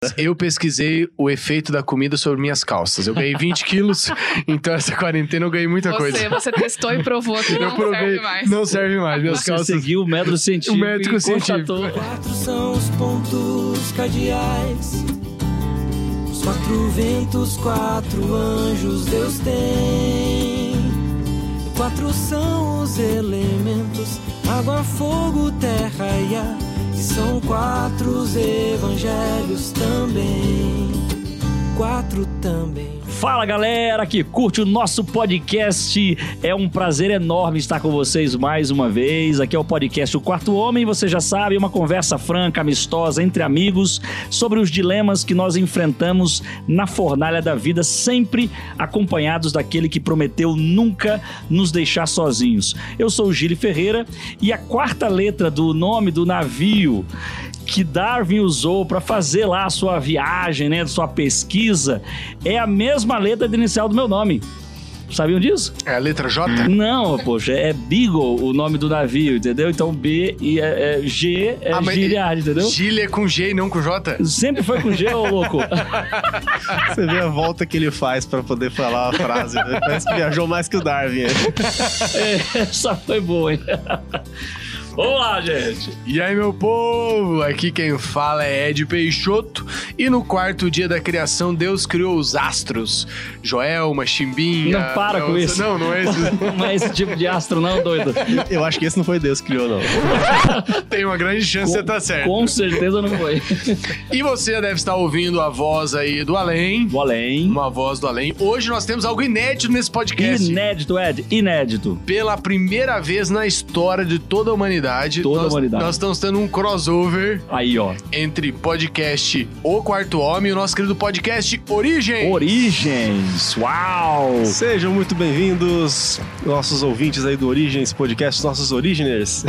Eu pesquisei o efeito da comida sobre minhas calças. Eu ganhei 20 quilos, então essa quarentena eu ganhei muita coisa. Você testou e provou que não serve mais. Não serve mais. Minhas calças... seguiu o método científico. O método científico. 4 são os pontos cardeais. Os 4 ventos, 4 anjos Deus tem. 4 são os elementos: água, fogo, terra e ar. E são 4 os evangelhos também. 4 também. Fala, galera que curte o nosso podcast. É um prazer enorme estar com vocês mais uma vez. Aqui é o podcast O Quarto Homem. Você já sabe, uma conversa franca, amistosa, entre amigos, sobre os dilemas que nós enfrentamos na fornalha da vida, sempre acompanhados daquele que prometeu nunca nos deixar sozinhos. Eu sou o Gili Ferreira e a 4ª letra do nome do navio que Darwin usou para fazer lá a sua viagem, né, sua pesquisa, é a mesma letra inicial do meu nome. Sabiam disso? É a letra J? Não, poxa, é Beagle o nome do navio, entendeu? Então B e G é Giliard, entendeu? Gili é com G e não com J? Sempre foi com G, ô louco. Você vê a volta que ele faz pra poder falar a frase, né? Parece que viajou mais que o Darwin. Essa foi boa, hein? Vamos lá, gente. E aí, meu povo? Aqui quem fala é Ed Peixoto. E no 4º dia da criação, Deus criou os astros. Joelma, Chimbinha... Não para com isso. Não é isso. Não é esse tipo de astro, não, doido. Eu acho que esse não foi Deus que criou, não. Tem uma grande chance de você estar certo. Com certeza não foi. E você deve estar ouvindo a voz aí do além. Do além. Uma voz do além. Hoje nós temos algo inédito nesse podcast. Inédito, Ed. Inédito. Pela primeira vez na história de toda a humanidade. Nós estamos tendo um crossover aí, ó, entre podcast O Quarto Homem e o nosso querido podcast Origens. Uau! Sejam muito bem-vindos, nossos ouvintes aí do Origens Podcast, nossos Originers.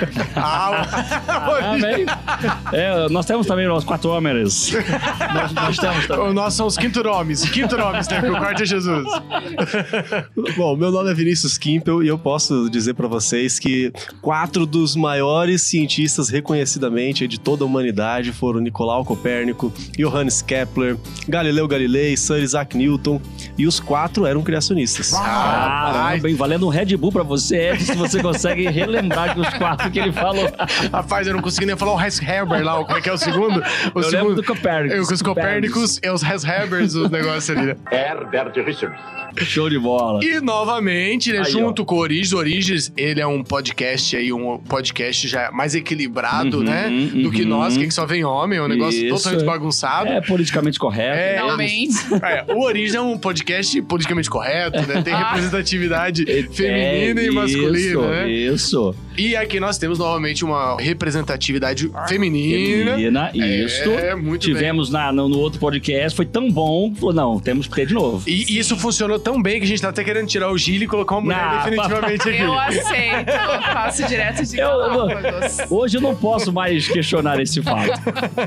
Nós temos também os 4 homens. nós temos também. Nós somos quinto nomes, né? Porque o quarto é Jesus. Bom, meu nome é Vinícius Kimpel e eu posso dizer pra vocês que 4 dos maiores cientistas reconhecidamente de toda a humanidade foram Nicolau Copérnico, Johannes Kepler, Galileu Galilei, Sir Isaac Newton, e os 4 eram criacionistas. Caramba, bem, valendo um Red Bull pra você, Ed, se você consegue relembrar que os 4 que ele falou. Rapaz, eu não consegui nem falar o Hess Heber lá, como é que é o segundo? Lembro do Copérnico. Os Copérnicos e os Hess Hebers, os negócios ali, né? Herbert Richards. Show de bola. E novamente, né, aí, junto com o Origens, ele é um podcast aí, um podcast já mais equilibrado, né? Do que nós, que só vem homem, é um negócio totalmente bagunçado. É politicamente correto. Finalmente. O Origens é um podcast politicamente correto, né? Tem representatividade feminina e masculina, né? Isso. E aqui nós temos novamente uma representatividade feminina. Isso. Muito Tivemos no outro podcast, foi tão bom, falou, não, temos que ter de novo. E isso funcionou tão bem que a gente tá até querendo tirar o Gili e colocar uma mulher definitivamente aqui. Eu aceito, eu faço direto de Galápagos. Hoje eu não posso mais questionar esse fato.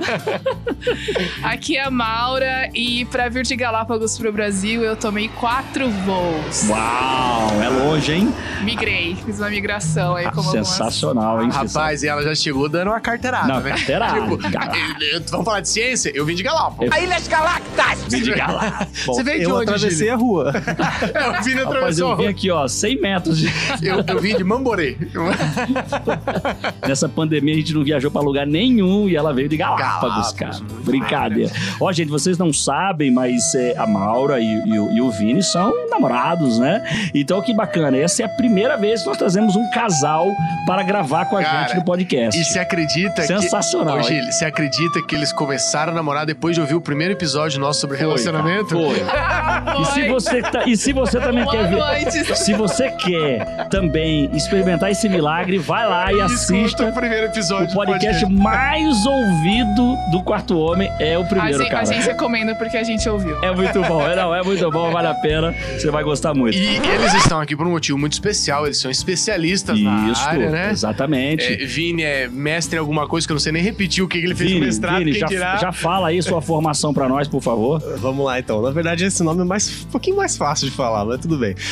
Aqui é a Maura e pra vir de Galápagos pro Brasil eu tomei 4 voos. Uau, é longe, hein? Migrei, fiz uma migração aí como sensacional, hein? Rapaz, e ela já chegou dando uma carteirada, não, né? carteirada. Vamos falar de ciência? Eu vim de Galápagos. A Ilhas Galactas! Vim de Galápagos. Você veio de onde, atravessei a rua. Eu vim na Rapaz, eu vim aqui, ó, 100 metros. Eu vim de Mamborê. Nessa pandemia a gente não viajou pra lugar nenhum e ela veio de Galápagos, cara. Brincadeira. Ó, gente, vocês não sabem, mas a Maura e o Vini são namorados, né? Então, que bacana. Essa é a primeira vez que nós trazemos um casal para gravar com a gente no podcast. E você acredita sensacional, que... Gil, você acredita que eles começaram a namorar depois de ouvir o primeiro episódio nosso sobre relacionamento? Foi. E se você também quer ver... Se você quer também experimentar esse milagre, vai lá e assista o primeiro episódio o podcast mais ouvido do Quarto Homem. É o primeiro, cara. A gente recomenda porque a gente ouviu. É muito bom. É muito bom, vale a pena. Você vai gostar muito. E eles estão aqui por um motivo muito especial. Eles são especialistas na área. área, né? Exatamente. Vini é mestre em alguma coisa que eu não sei nem repetir o que ele fez no mestrado. Vini, quem dirá... já fala aí sua formação pra nós, por favor. Vamos lá, então. Na verdade, esse nome é um pouquinho mais fácil de falar, mas tudo bem.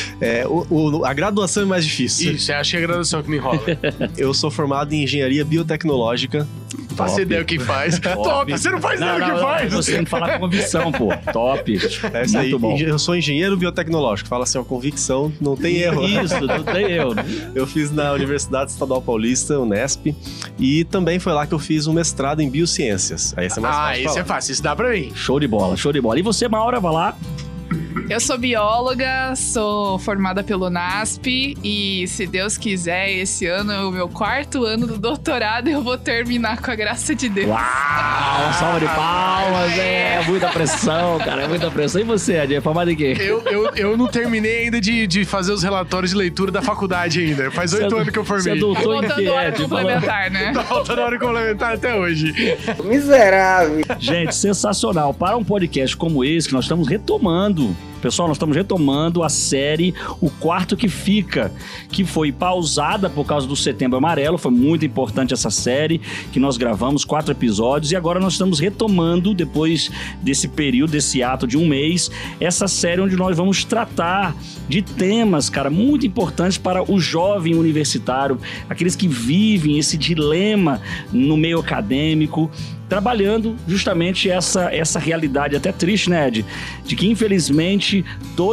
A graduação é mais difícil. Isso, acho que é a graduação que me enrola. Eu sou formado em Engenharia Biotecnológica. Faça ideia o que faz. Top! Você não faz ideia o que faz! Você tem que falar com convicção, pô. Top. É isso aí. Muito bom. Eu sou engenheiro biotecnológico. Fala assim, ó, convicção, não tem erro. Isso, não tem erro. Eu fiz na Universidade Estadual Paulista, Unesp, e também foi lá que eu fiz um mestrado em biociências. Aí esse é mais fácil. Esse é fácil, isso dá pra mim. Show de bola, show de bola. E você, Maura, vai lá? Eu sou bióloga, sou formada pelo NASP e, se Deus quiser, esse ano é o meu 4º ano do doutorado e eu vou terminar com a graça de Deus. Uau, salva de palmas, muita pressão, cara, muita pressão. E você, Adi, é formado em quê? Eu não terminei ainda de fazer os relatórios de leitura da faculdade ainda. Faz 8 anos que eu formei. Você é doutor em quê, Faltando hora Ed? complementar, né? Tá faltando hora complementar até hoje. Miserável. Gente, sensacional. Para um podcast como esse, que nós estamos retomando... Pessoal, nós estamos retomando a série O Quarto que Fica, que foi pausada por causa do Setembro Amarelo. Foi muito importante essa série, que nós gravamos 4 episódios. E agora nós estamos retomando, depois desse período, desse ato de um mês, essa série onde nós vamos tratar de temas, cara, muito importantes para o jovem universitário, aqueles que vivem esse dilema no meio acadêmico, trabalhando justamente essa realidade até triste, né, Ed? De que, infelizmente,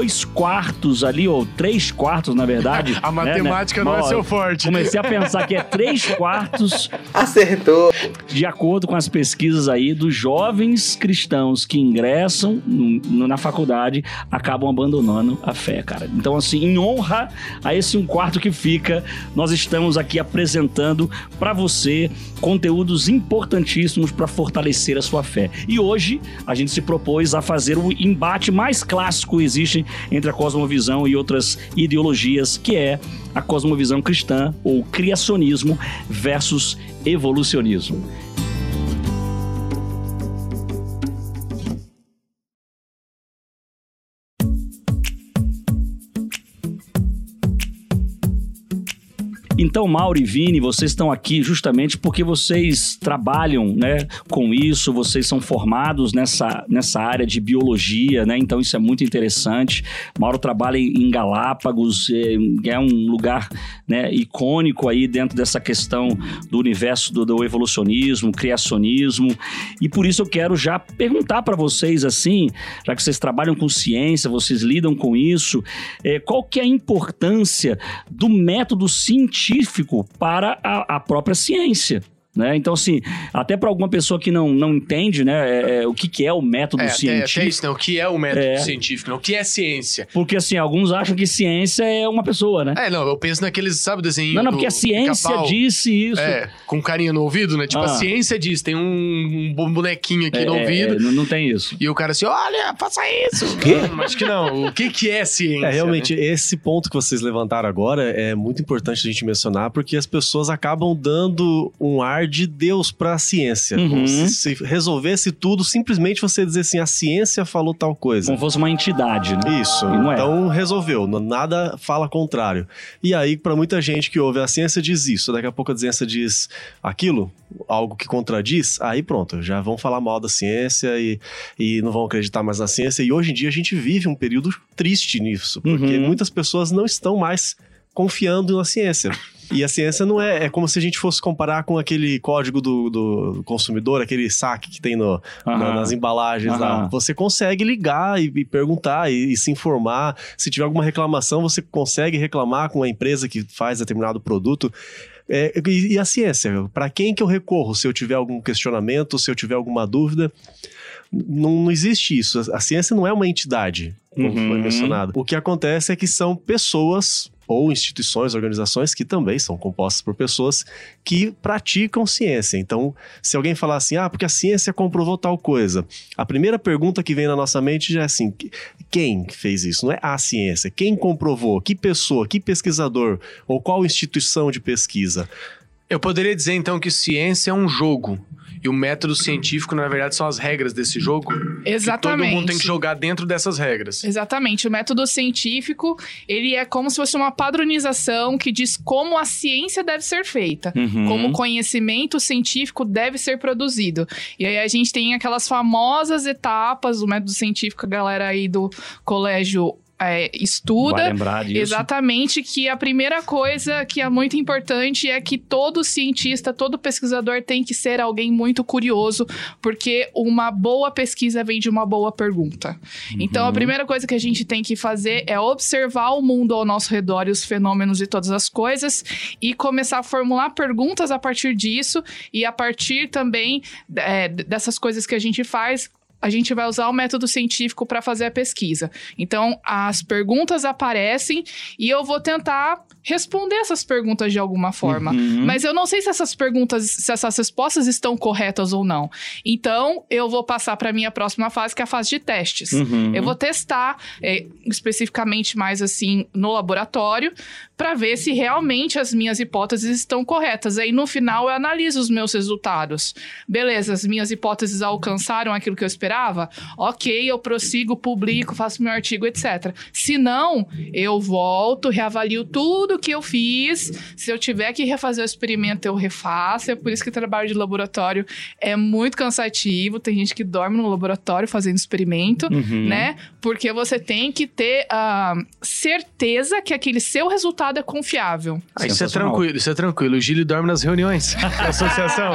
2/4 ali, ou 3/4, na verdade... A matemática não é seu forte. Comecei a pensar que é 3/4... Acertou. De acordo com as pesquisas aí, dos jovens cristãos que ingressam na faculdade, acabam abandonando a fé, cara. Então, assim, em honra a esse 1/4 que fica, nós estamos aqui apresentando para você conteúdos importantíssimos para fortalecer a sua fé. E hoje a gente se propôs a fazer o embate mais clássico que existe entre a cosmovisão e outras ideologias, que é a cosmovisão cristã, ou criacionismo versus evolucionismo. Então, Mauro e Vini, vocês estão aqui justamente porque vocês trabalham, né, com isso, vocês são formados nessa área de biologia, né? Então isso é muito interessante. Mauro trabalha em Galápagos, é um lugar, né, icônico aí dentro dessa questão do universo do evolucionismo, criacionismo, e por isso eu quero já perguntar para vocês, assim, já que vocês trabalham com ciência, vocês lidam com isso, qual que é a importância do método científico para a própria ciência, né? Então, assim, até para alguma pessoa que não entende, né, o que é o método científico. Até isso, né? O que é o método científico, não? O que é ciência? Porque, assim, alguns acham que ciência é uma pessoa, né? Não, eu penso naqueles, sabe, desenho. Não, porque a ciência disse isso. Com carinha no ouvido, né? Tipo, a ciência diz, tem um bonequinho aqui no ouvido. Não tem isso. E o cara assim, olha, faça isso. O quê? Acho que não. O que é ciência? Realmente, né? Esse ponto que vocês levantaram agora é muito importante a gente mencionar, porque as pessoas acabam dando um ar de Deus para a ciência. Uhum. Como se resolvesse tudo, simplesmente você dizer assim, a ciência falou tal coisa. Como fosse uma entidade, né? Isso. Não é. Então resolveu, nada fala contrário. E aí, para muita gente que ouve a ciência diz isso, daqui a pouco a ciência diz aquilo, algo que contradiz, aí pronto, já vão falar mal da ciência e não vão acreditar mais na ciência. E hoje em dia a gente vive um período triste nisso, porque muitas pessoas não estão mais confiando na ciência. E a ciência não é como se a gente fosse comparar com aquele código do consumidor, aquele saque que tem nas embalagens lá. Você consegue ligar e perguntar e se informar. Se tiver alguma reclamação, você consegue reclamar com a empresa que faz determinado produto. E a ciência? Para quem que eu recorro se eu tiver algum questionamento, se eu tiver alguma dúvida? Não existe isso. A ciência não é uma entidade, como foi mencionado. O que acontece é que são pessoas ou instituições, organizações que também são compostas por pessoas que praticam ciência. Então, se alguém falar assim, porque a ciência comprovou tal coisa, a primeira pergunta que vem na nossa mente já é assim, quem fez isso? Não é a ciência. Quem comprovou? Que pessoa? Que pesquisador? Ou qual instituição de pesquisa? Eu poderia dizer, então, que ciência é um jogo. E o método científico, na verdade, são as regras desse jogo? Exatamente. Que todo mundo tem que jogar dentro dessas regras. Exatamente. O método científico, ele é como se fosse uma padronização que diz como a ciência deve ser feita. Como o conhecimento científico deve ser produzido. E aí a gente tem aquelas famosas etapas do método científico, a galera aí do colégio estuda. Vai lembrar disso. Exatamente, que a primeira coisa que é muito importante é que todo cientista, todo pesquisador tem que ser alguém muito curioso, porque uma boa pesquisa vem de uma boa pergunta. Então, a primeira coisa que a gente tem que fazer é observar o mundo ao nosso redor e os fenômenos e todas as coisas e começar a formular perguntas a partir disso e a partir também dessas coisas que a gente faz, a gente vai usar o método científico para fazer a pesquisa. Então, as perguntas aparecem e eu vou tentar responder essas perguntas de alguma forma. Mas eu não sei se essas perguntas, se essas respostas estão corretas ou não. Então, eu vou passar para a minha próxima fase, que é a fase de testes. Eu vou testar, especificamente mais assim, no laboratório, para ver se realmente as minhas hipóteses estão corretas. Aí, no final, eu analiso os meus resultados. Beleza, as minhas hipóteses alcançaram aquilo que eu esperava? Ok, eu prossigo, publico, faço meu artigo, etc. Se não, eu volto, reavalio tudo que eu fiz. Se eu tiver que refazer o experimento, eu refaço. É por isso que o trabalho de laboratório é muito cansativo. Tem gente que dorme no laboratório fazendo experimento, né? Porque você tem que ter certeza que aquele seu resultado é confiável. Isso é tranquilo. O Gílio dorme nas reuniões da associação.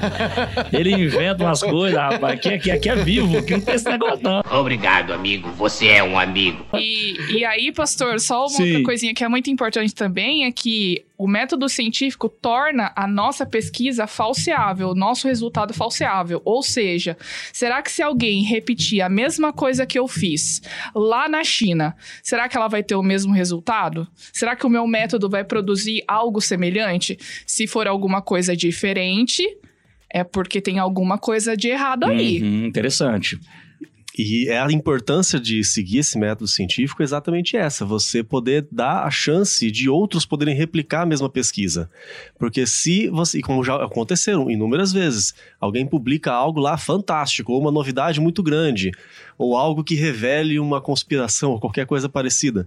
Ele inventa umas coisas, rapaz. Aqui é vivo, que não tem esse negócio, não. Obrigado, amigo. Você é um amigo. E aí, pastor, só uma outra coisinha que é muito importante também é que o método científico torna a nossa pesquisa falseável, o nosso resultado falseável. Ou seja, será que se alguém repetir a mesma coisa que eu fiz lá na China, será que ela vai ter o mesmo resultado? Será que o meu método vai produzir algo semelhante? Se for alguma coisa diferente, é porque tem alguma coisa de errado aí. Interessante. E a importância de seguir esse método científico é exatamente essa, você poder dar a chance de outros poderem replicar a mesma pesquisa. Porque se você, como já aconteceram inúmeras vezes, alguém publica algo lá fantástico, ou uma novidade muito grande, ou algo que revele uma conspiração, ou qualquer coisa parecida,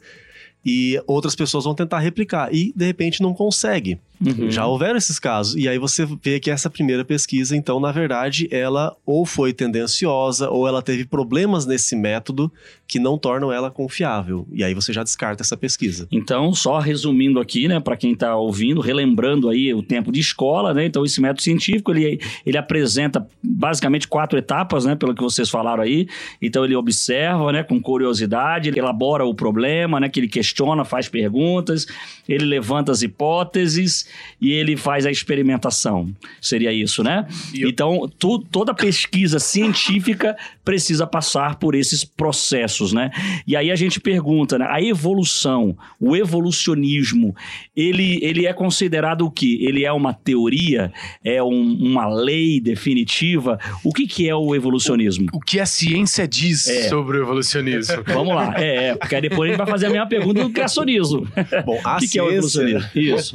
e outras pessoas vão tentar replicar e, de repente, não consegue. Já houveram esses casos. E aí você vê que essa primeira pesquisa, então, na verdade, ela ou foi tendenciosa ou ela teve problemas nesse método que não tornam ela confiável. E aí você já descarta essa pesquisa. Então, só resumindo aqui, né, para quem está ouvindo, relembrando aí o tempo de escola, né? Então, esse método científico, ele apresenta basicamente 4 etapas, né, pelo que vocês falaram aí. Então, ele observa, né, com curiosidade, ele elabora o problema, né, que ele questiona, faz perguntas, ele levanta as hipóteses e ele faz a experimentação. Seria isso, né? Então, toda pesquisa científica precisa passar por esses processos, né? E aí a gente pergunta, né? A evolução, o evolucionismo, ele é considerado o quê? Ele é uma teoria? É uma lei definitiva? O que é o evolucionismo? O que a ciência diz sobre o evolucionismo? Vamos lá. Porque aí depois a gente vai fazer a mesma pergunta do criacionismo. Bom, a que é o evolucionismo? Isso.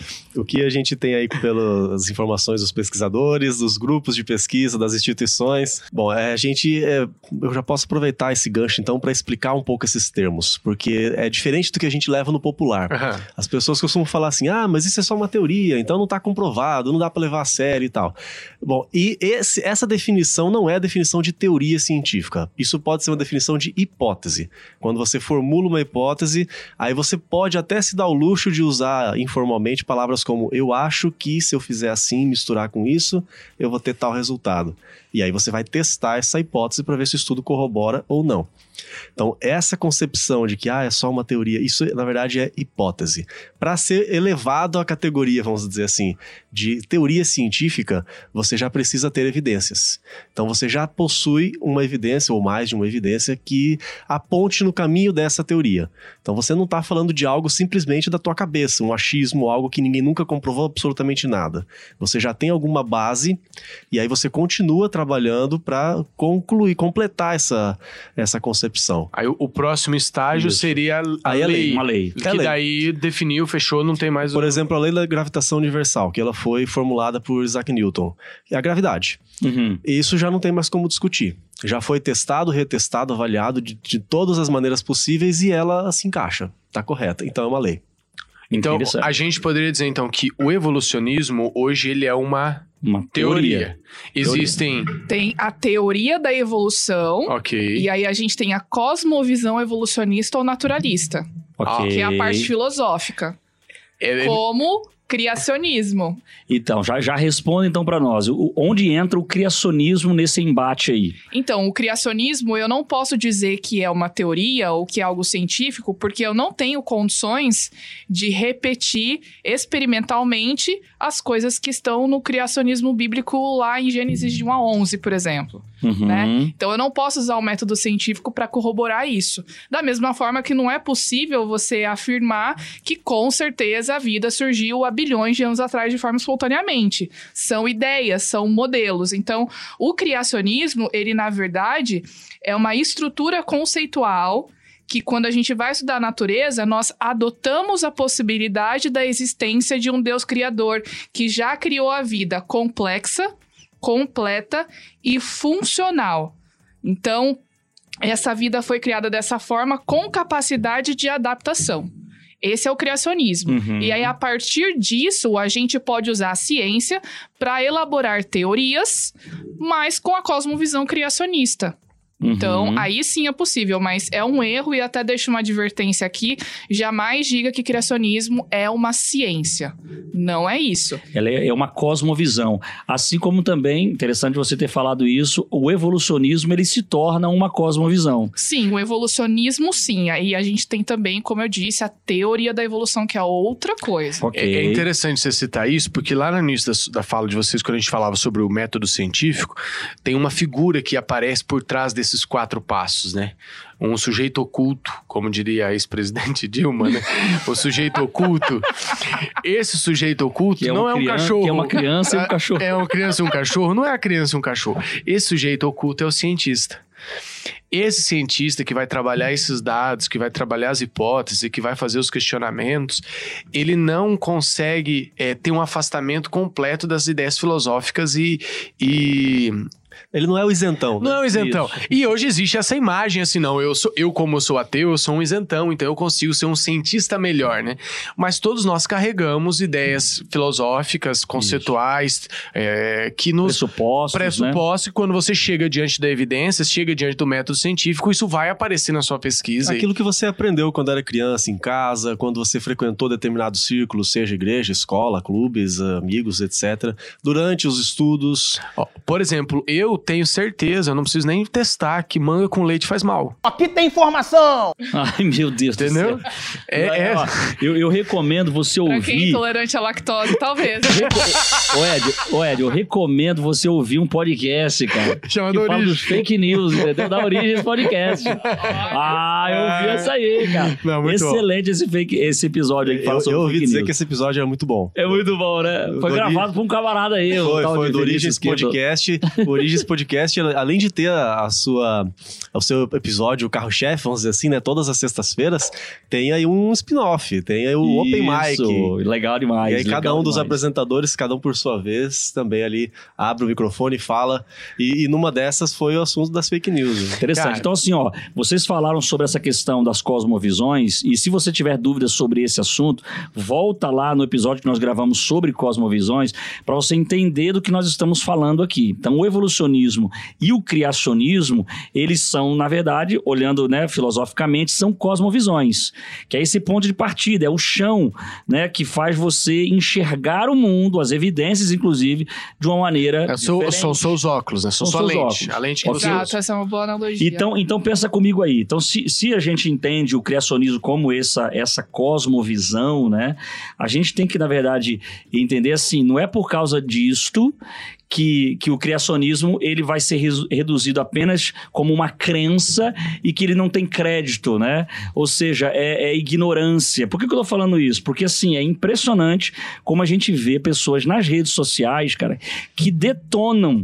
O que a gente tem aí pelas informações dos pesquisadores, dos grupos de pesquisa, das instituições. Bom, eu já posso aproveitar esse gancho, então, para explicar um pouco esses termos, porque é diferente do que a gente leva no popular. As pessoas costumam falar assim, mas isso é só uma teoria, então não está comprovado, não dá para levar a sério e tal. Bom, e essa definição não é a definição de teoria científica. Isso pode ser uma definição de hipótese. Quando você formula uma hipótese, aí você pode até se dar o luxo de usar informalmente palavras como eu acho que se eu fizer assim, misturar com isso, eu vou ter tal resultado. E aí você vai testar essa hipótese para ver se o estudo corrobora ou não. Então, essa concepção de que é só uma teoria, isso na verdade é hipótese. Para ser elevado à categoria, vamos dizer assim, de teoria científica, você já precisa ter evidências. Então, você já possui uma evidência ou mais de uma evidência que aponte no caminho dessa teoria. Então, você não está falando de algo simplesmente da tua cabeça, um achismo, algo que ninguém nunca comprovou absolutamente nada. Você já tem alguma base e aí você continua trabalhando trabalhando para completar essa concepção. Aí o próximo estágio seria a lei. Uma lei. Que daí definiu, fechou, não tem mais... Por exemplo, a lei da gravitação universal, que ela foi formulada por Isaac Newton. É a gravidade. Uhum. E isso já não tem mais como discutir. Já foi testado, retestado, avaliado de todas as maneiras possíveis e ela se encaixa. Tá correta. Então é uma lei. Então, a gente poderia dizer, então, que o evolucionismo, hoje, ele é uma teoria. Existem... Tem a teoria da evolução. Ok. E aí a gente tem a cosmovisão evolucionista ou naturalista. Ok. Que é a parte filosófica. Como criacionismo. Então, já responda então para nós. Onde entra o criacionismo nesse embate aí? Então, o criacionismo, eu não posso dizer que é uma teoria ou que é algo científico, porque eu não tenho condições de repetir experimentalmente as coisas que estão no criacionismo bíblico lá em Gênesis de 1 a 11, por exemplo. Uhum. Né? Então, eu não posso usar o método científico para corroborar isso. Da mesma forma que não é possível você afirmar que, com certeza, a vida surgiu há bilhões de anos atrás de forma espontaneamente. São ideias, são modelos. Então, o criacionismo, ele, na verdade, é uma estrutura conceitual que, quando a gente vai estudar a natureza, nós adotamos a possibilidade da existência de um Deus criador que já criou a vida complexa, completa e funcional. Então, essa vida foi criada dessa forma com capacidade de adaptação. Esse é o criacionismo. Uhum. E aí, a partir disso, a gente pode usar a ciência para elaborar teorias, mas com a cosmovisão criacionista. Então, aí sim é possível, mas é um erro, e até deixo uma advertência aqui, jamais diga que criacionismo é uma ciência. Não é isso. Ela é uma cosmovisão. Assim como também, interessante você ter falado isso, o evolucionismo, ele se torna uma cosmovisão. Sim, o evolucionismo sim. Aí a gente tem também, como eu disse, a teoria da evolução, que é outra coisa. Okay. É interessante você citar isso, porque lá no início da fala de vocês, quando a gente falava sobre o método científico, tem uma figura que aparece por trás desses 4 passos, né? Um sujeito oculto, como diria a ex-presidente Dilma, né? O sujeito oculto. Esse sujeito oculto não é um cachorro. Que é uma criança e um cachorro. É uma criança e um cachorro? Não é a criança e um cachorro. Esse sujeito oculto é o cientista. Esse cientista que vai trabalhar esses dados, que vai trabalhar as hipóteses, que vai fazer os questionamentos, ele não consegue ter um afastamento completo das ideias filosóficas e Ele não é o isentão. Né? Não é o isentão. Isso. E hoje existe essa imagem, assim, não, como eu sou ateu, eu sou um isentão, então eu consigo ser um cientista melhor, né? Mas todos nós carregamos ideias filosóficas, conceituais, que nos... Pressupostos, que quando você chega diante da evidência, chega diante do método científico, isso vai aparecer na sua pesquisa. Aquilo que você aprendeu quando era criança, em casa, quando você frequentou determinados círculos, seja igreja, escola, clubes, amigos, etc. Durante os estudos. Por exemplo, eu tenho certeza, eu não preciso nem testar, que manga com leite faz mal. Aqui tem informação! Ai, meu Deus Entendeu? do céu. Eu recomendo você Pra ouvir... quem é intolerante à lactose, talvez. Ô Ed, eu recomendo você ouvir um podcast, cara. Chamado que fala Origem. dos fake news, entendeu? Da origem desse podcast. Eu ouvi essa aí, cara. Não, muito excelente esse episódio aí que fala sobre eu ouvi fake dizer news. que esse episódio é muito bom. É muito bom, né? Foi gravado por um camarada aí. Foi do Origens Podcast. O Origens Podcast, além de ter o seu episódio, o carro-chefe, vamos dizer assim, né? Todas as sextas-feiras, tem aí um spin-off, tem aí o Open Mic. Legal demais. E aí cada um dos apresentadores, cada um por sua vez, também ali abre o microfone e fala. E numa dessas foi o assunto das fake news. Né? Interessante. Cara, então assim, vocês falaram sobre essa questão das cosmovisões, e se você tiver dúvidas sobre esse assunto, volta lá no episódio que nós gravamos sobre cosmovisões, para você entender do que nós estamos falando aqui. Então, o evolucionismo e o criacionismo, eles são, na verdade, olhando, né, filosoficamente, são cosmovisões, que é esse ponto de partida, é o chão, né, que faz você enxergar o mundo, as evidências, inclusive, de uma maneira diferente. São seus óculos, né? São sua lente. óculos. A lente que você Exato, usa. essa é uma boa analogia. Então pensa comigo aí. Então, se a gente entende o criacionismo como essa cosmovisão, né? A gente tem que, na verdade, entender assim, não é por causa disto que o criacionismo ele vai ser reduzido apenas como uma crença e que ele não tem crédito, né? Ou seja, é ignorância. Por que eu tô falando isso? Porque, assim, é impressionante como a gente vê pessoas nas redes sociais, cara, que detonam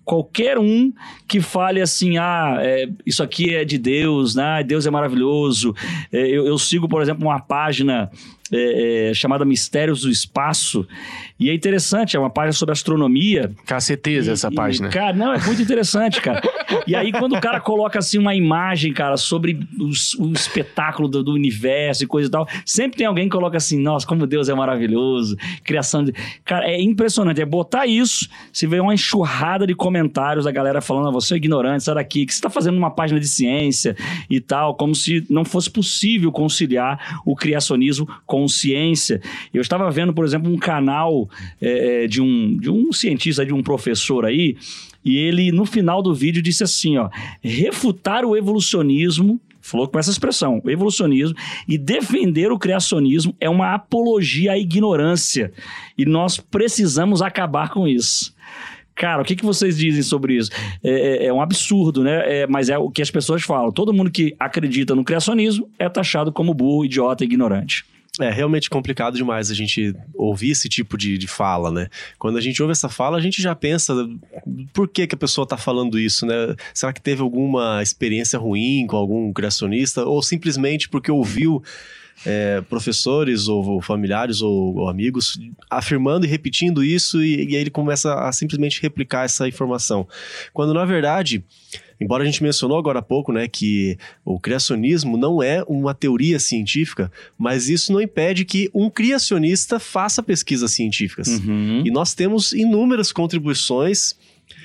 qualquer um que fale assim, isso aqui é de Deus, né? Deus é maravilhoso. Eu sigo, por exemplo, uma página chamada Mistérios do Espaço, e é interessante, é uma página sobre astronomia. Caceteza essa página. Cara, não, é muito interessante, cara. E aí, quando o cara coloca, assim, uma imagem, cara, sobre o espetáculo do universo e coisa e tal, sempre tem alguém que coloca assim, nossa, como Deus é maravilhoso, criação de... Cara, é impressionante, é botar isso, você vê uma enxurrada de comentários da galera falando, você é ignorante, sai daqui, que você tá fazendo uma página de ciência e tal, como se não fosse possível conciliar o criacionismo com ciência. Eu estava vendo, por exemplo, um canal de um cientista, de um professor aí, e ele, no final do vídeo, disse assim, ó, refutar o evolucionismo, falou com essa expressão, o evolucionismo, e defender o criacionismo é uma apologia à ignorância, e nós precisamos acabar com isso. Cara, o que vocês dizem sobre isso? É um absurdo, né? Mas é o que as pessoas falam. Todo mundo que acredita no criacionismo é taxado como burro, idiota e ignorante. É realmente complicado demais a gente ouvir esse tipo de fala, né? Quando a gente ouve essa fala, a gente já pensa por que a pessoa tá falando isso, né? Será que teve alguma experiência ruim com algum criacionista? Ou simplesmente porque ouviu professores ou familiares ou amigos afirmando e repetindo isso e aí ele começa a simplesmente replicar essa informação. Quando, na verdade... Embora a gente mencionou agora há pouco, né, que o criacionismo não é uma teoria científica, mas isso não impede que um criacionista faça pesquisas científicas. Uhum. E nós temos inúmeras contribuições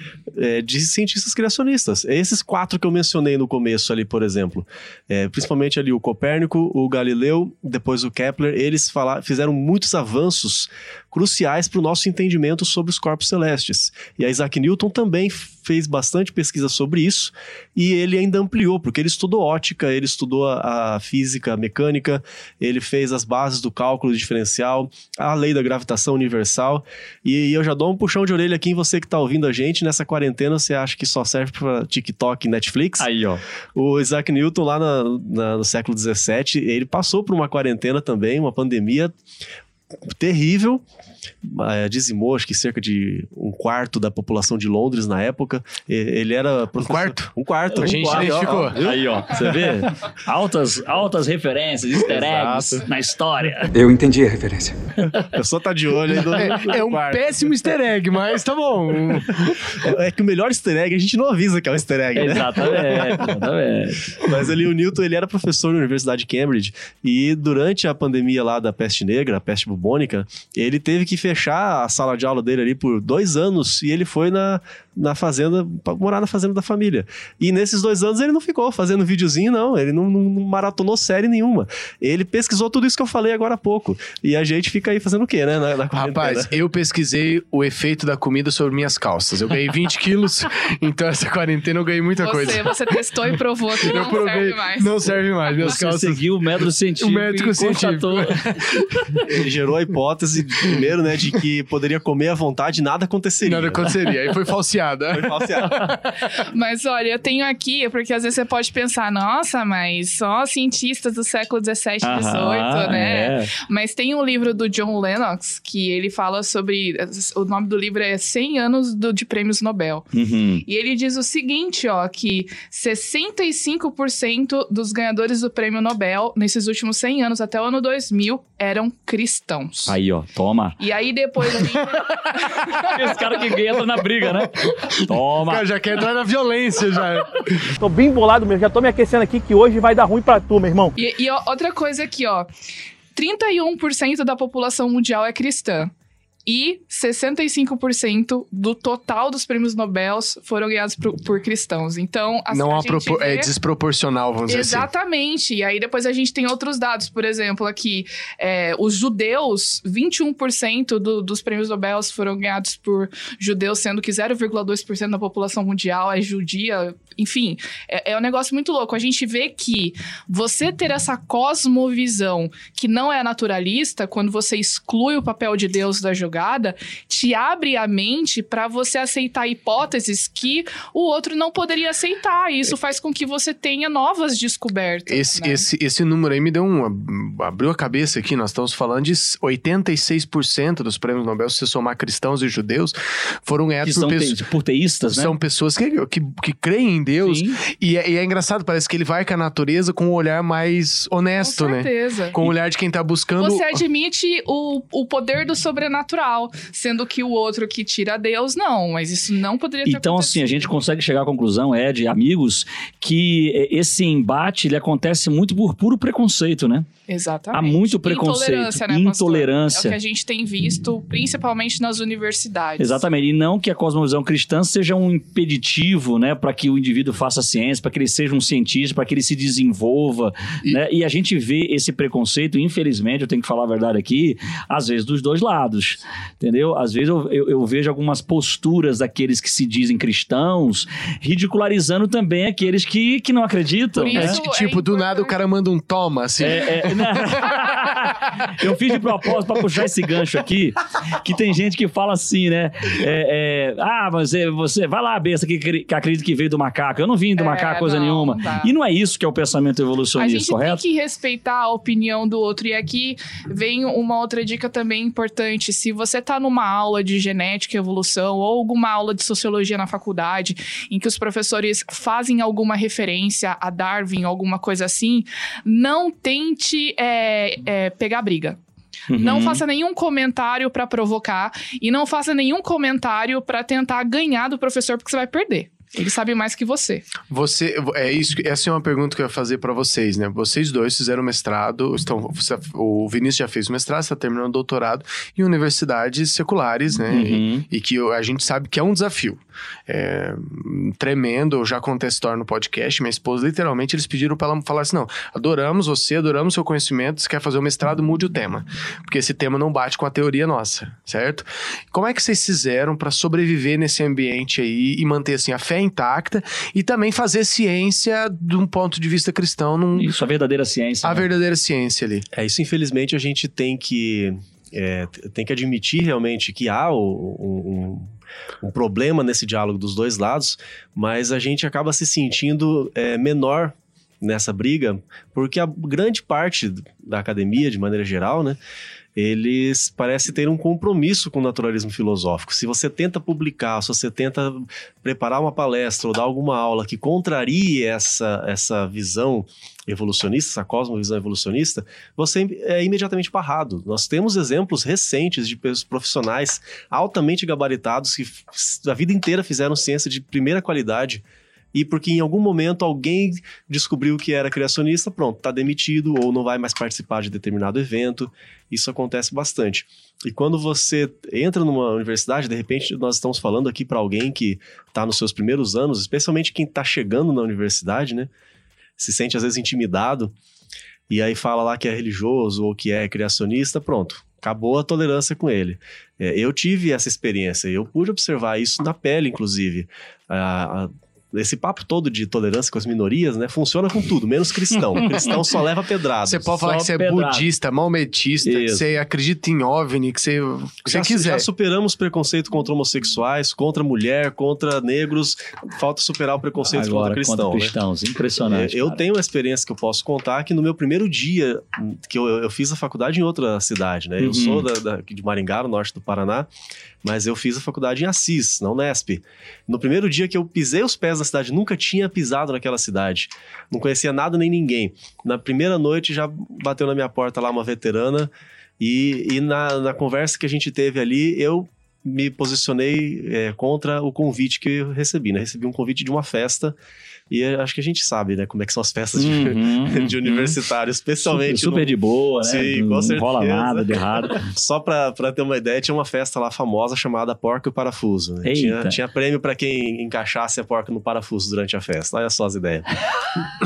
de cientistas criacionistas. Esses 4 que eu mencionei no começo ali, por exemplo, principalmente ali o Copérnico, o Galileu, depois o Kepler, eles fizeram muitos avanços cruciais para o nosso entendimento sobre os corpos celestes. E a Isaac Newton também fez bastante pesquisa sobre isso e ele ainda ampliou, porque ele estudou ótica, ele estudou a física, a mecânica, ele fez as bases do cálculo diferencial, a lei da gravitação universal, e eu já dou um puxão de orelha aqui em você que está ouvindo a gente. Nessa quarentena você acha que só serve para TikTok e Netflix? Aí, ó. O Isaac Newton lá no século XVII, ele passou por uma quarentena também, uma pandemia terrível, dizimou acho que cerca de 1/4 da população de Londres na época. Ele era professor... Um quarto. A gente identificou. Aí, ó, você vê? Altas referências, easter eggs na história. Eu entendi a referência. A pessoa tá de olho aí. É um péssimo easter egg, mas tá bom. É que o melhor easter egg a gente não avisa que é um easter egg, né? Exatamente. Mas ali o Newton, ele era professor na Universidade de Cambridge e durante a pandemia lá da peste negra, a peste bubônica, ele teve que fechar a sala de aula dele ali por 2 anos e ele foi na fazenda, pra morar na fazenda da família. E nesses 2 anos ele não ficou fazendo videozinho, não. Ele não maratonou série nenhuma. Ele pesquisou tudo isso que eu falei agora há pouco. E a gente fica aí fazendo o quê, né? Rapaz, eu pesquisei o efeito da comida sobre minhas calças. Eu ganhei 20 quilos, então essa quarentena eu ganhei muita coisa. Você testou e provou que não serve mais. Não serve mais. Minhas calças... seguiu o método científico. O médico científico. Ele gerou a hipótese, primeiro, né, de que poderia comer à vontade e nada aconteceria. Nada aconteceria. Aí foi falseada. Mas olha, eu tenho aqui, porque às vezes você pode pensar, nossa, mas só cientistas do século XVII e XVIII, né? Mas tem um livro do John Lennox que ele fala sobre... O nome do livro é 100 anos de prêmios Nobel. Uhum. E ele diz o seguinte, ó, que 65% dos ganhadores do prêmio Nobel nesses últimos 100 anos, até o ano 2000, eram cristãos. Aí, ó, toma. E aí depois a gente... Esse cara que ganha tá na briga, né? Toma. Cara, já quer entrar na violência, já. Tô bem bolado mesmo, já tô me aquecendo aqui que hoje vai dar ruim pra tu, meu irmão. E ó, outra coisa aqui, ó. 31% da população mundial é cristã. E 65% do total dos prêmios Nobel foram ganhados por cristãos. Então, é desproporcional, vamos dizer assim. Exatamente. E aí, depois a gente tem outros dados. Por exemplo, aqui, os judeus, 21% dos prêmios Nobel foram ganhados por judeus, sendo que 0,2% da população mundial é judia. enfim, é um negócio muito louco. A gente vê que você ter essa cosmovisão que não é naturalista, quando você exclui o papel de Deus da jogada, te abre a mente para você aceitar hipóteses que o outro não poderia aceitar. E isso faz com que você tenha novas descobertas. Esse número aí me deu abriu a cabeça aqui. Nós estamos falando de 86% dos prêmios Nobel, se você somar cristãos e judeus, foram ganhados por teístas, né? São pessoas que creem em Deus. E é engraçado, parece que ele vai com a natureza com um olhar mais honesto, com certeza. Né? Com o olhar de quem tá buscando... Você admite o poder do sobrenatural, sendo que o outro que tira Deus, não. Mas isso não poderia ter Então, acontecido. assim, a gente consegue chegar à conclusão, de amigos, que esse embate, ele acontece muito por puro preconceito, né? Exatamente. Há muito preconceito. Intolerância, né, Intolerância. pastor? É o que a gente tem visto, principalmente nas universidades. Exatamente. E não que a cosmovisão cristã seja um impeditivo, né, para que o indivíduo faça ciência, para que ele seja um cientista, para que ele se desenvolva, né? E a gente vê esse preconceito, infelizmente, eu tenho que falar a verdade aqui, às vezes dos dois lados, entendeu? Às vezes eu vejo algumas posturas daqueles que se dizem cristãos, ridicularizando também aqueles que não acreditam. Por isso, né? Tipo, do nada o cara manda um toma, assim. Eu fiz de propósito pra puxar esse gancho aqui, que tem gente que fala assim, né? Mas você vai lá, besta, que acredita que veio do macaco. Eu não vim do macaco, coisa nenhuma. E não é isso que é o pensamento evolucionista, correto? A gente tem que respeitar a opinião do outro. E aqui vem uma outra dica também importante. Se você tá numa aula de genética e evolução, ou alguma aula de sociologia na faculdade, em que os professores fazem alguma referência a Darwin, alguma coisa assim, não tente pegar briga. Uhum. Não faça nenhum comentário pra provocar e não faça nenhum comentário pra tentar ganhar do professor, porque você vai perder. Ele sabe mais que você. Essa é uma pergunta que eu ia fazer pra vocês, né? Vocês dois fizeram mestrado, o Vinícius já fez o mestrado, está terminando o doutorado em universidades seculares, né? Uhum. E que a gente sabe que é um desafio. Tremendo, eu já contei essa história no podcast, minha esposa, literalmente, eles pediram pra ela falar assim, não, adoramos você, adoramos seu conhecimento, você quer fazer o mestrado, mude o tema. Porque esse tema não bate com a teoria nossa, certo? Como é que vocês fizeram pra sobreviver nesse ambiente aí e manter, assim, a fé intacta e também fazer ciência de um ponto de vista cristão? Isso, a verdadeira ciência. A verdadeira ciência ali. Isso, infelizmente, a gente tem que admitir realmente que há um problema nesse diálogo dos dois lados, mas a gente acaba se sentindo menor nessa briga, porque a grande parte da academia, de maneira geral, né, eles parecem ter um compromisso com o naturalismo filosófico. Se você tenta publicar, se você tenta preparar uma palestra ou dar alguma aula que contrarie essa visão evolucionista, essa cosmovisão evolucionista, você é imediatamente barrado. Nós temos exemplos recentes de profissionais altamente gabaritados que a vida inteira fizeram ciência de primeira qualidade, e porque em algum momento alguém descobriu que era criacionista, pronto, está demitido ou não vai mais participar de determinado evento. Isso acontece bastante. E quando você entra numa universidade, de repente nós estamos falando aqui para alguém que está nos seus primeiros anos, especialmente quem está chegando na universidade, né? Se sente às vezes intimidado, e aí fala lá que é religioso ou que é criacionista, pronto, acabou a tolerância com ele. Eu tive essa experiência, eu pude observar isso na pele, inclusive. Esse papo todo de tolerância com as minorias, né? Funciona com tudo, menos cristão. Cristão só leva pedrada. Você pode falar que você é budista, maometista, que você acredita em OVNI, que você quiser. Já superamos preconceito contra homossexuais, contra mulher, contra negros. Falta superar o preconceito contra cristão. Contra cristãos, né? Impressionante. Eu tenho uma experiência que eu posso contar que no meu primeiro dia, que eu fiz a faculdade em outra cidade, né? Eu sou de Maringá, no norte do Paraná, mas eu fiz a faculdade em Assis, na Unesp. No primeiro dia que eu pisei os pés na cidade, nunca tinha pisado naquela cidade. Não conhecia nada nem ninguém. Na primeira noite já bateu na minha porta lá uma veterana e na conversa que a gente teve ali, eu me posicionei contra o convite que eu recebi, né? Recebi um convite de uma festa. E acho que a gente sabe, né, como é que são as festas de universitários, especialmente... Super de boa, né? Sim, com certeza. Não rola nada de errado. Só pra ter uma ideia, tinha uma festa lá famosa chamada Porco e Parafuso. Né? Tinha prêmio pra quem encaixasse a porca no parafuso durante a festa. Olha só as ideias.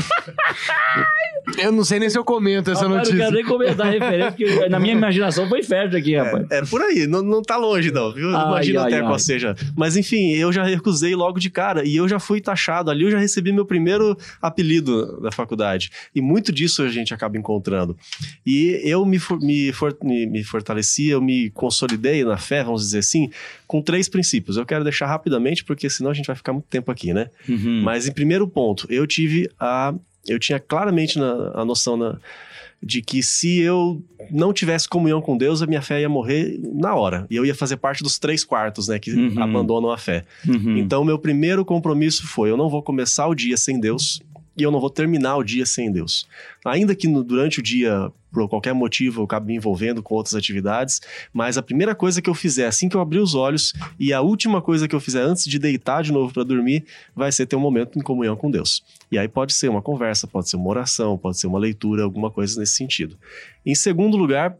Eu não sei nem se eu comento essa Rapaz, notícia. não quero nem comentar a referência, porque na minha imaginação foi festa aqui, rapaz. É por aí, não tá longe não, viu? Imagina até qual seja. Mas enfim, eu já recusei logo de cara e eu já fui taxado ali, eu já recebi meu primeiro apelido da faculdade. E muito disso a gente acaba encontrando. E eu me fortaleci, eu me consolidei na fé, vamos dizer assim, com 3 princípios. Eu quero deixar rapidamente, porque senão a gente vai ficar muito tempo aqui, né? Mas em primeiro ponto, eu tinha claramente a noção de que se eu não tivesse comunhão com Deus, a minha fé ia morrer na hora. E eu ia fazer parte dos 3/4, né, que abandonam a fé. Então, meu primeiro compromisso foi, eu não vou começar o dia sem Deus e eu não vou terminar o dia sem Deus. Ainda que durante o dia, por qualquer motivo, eu acabe me envolvendo com outras atividades, mas a primeira coisa que eu fizer assim que eu abrir os olhos e a última coisa que eu fizer antes de deitar de novo para dormir, vai ser ter um momento em comunhão com Deus. E aí pode ser uma conversa, pode ser uma oração, pode ser uma leitura, alguma coisa nesse sentido. Em segundo lugar,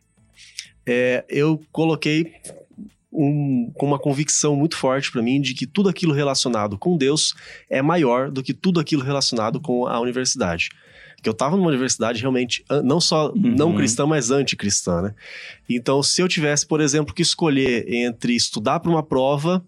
eu coloquei com uma convicção muito forte para mim de que tudo aquilo relacionado com Deus é maior do que tudo aquilo relacionado com a universidade. Que eu estava numa universidade realmente, não só não cristã, mas anticristã, né? Então, se eu tivesse, por exemplo, que escolher entre estudar para uma prova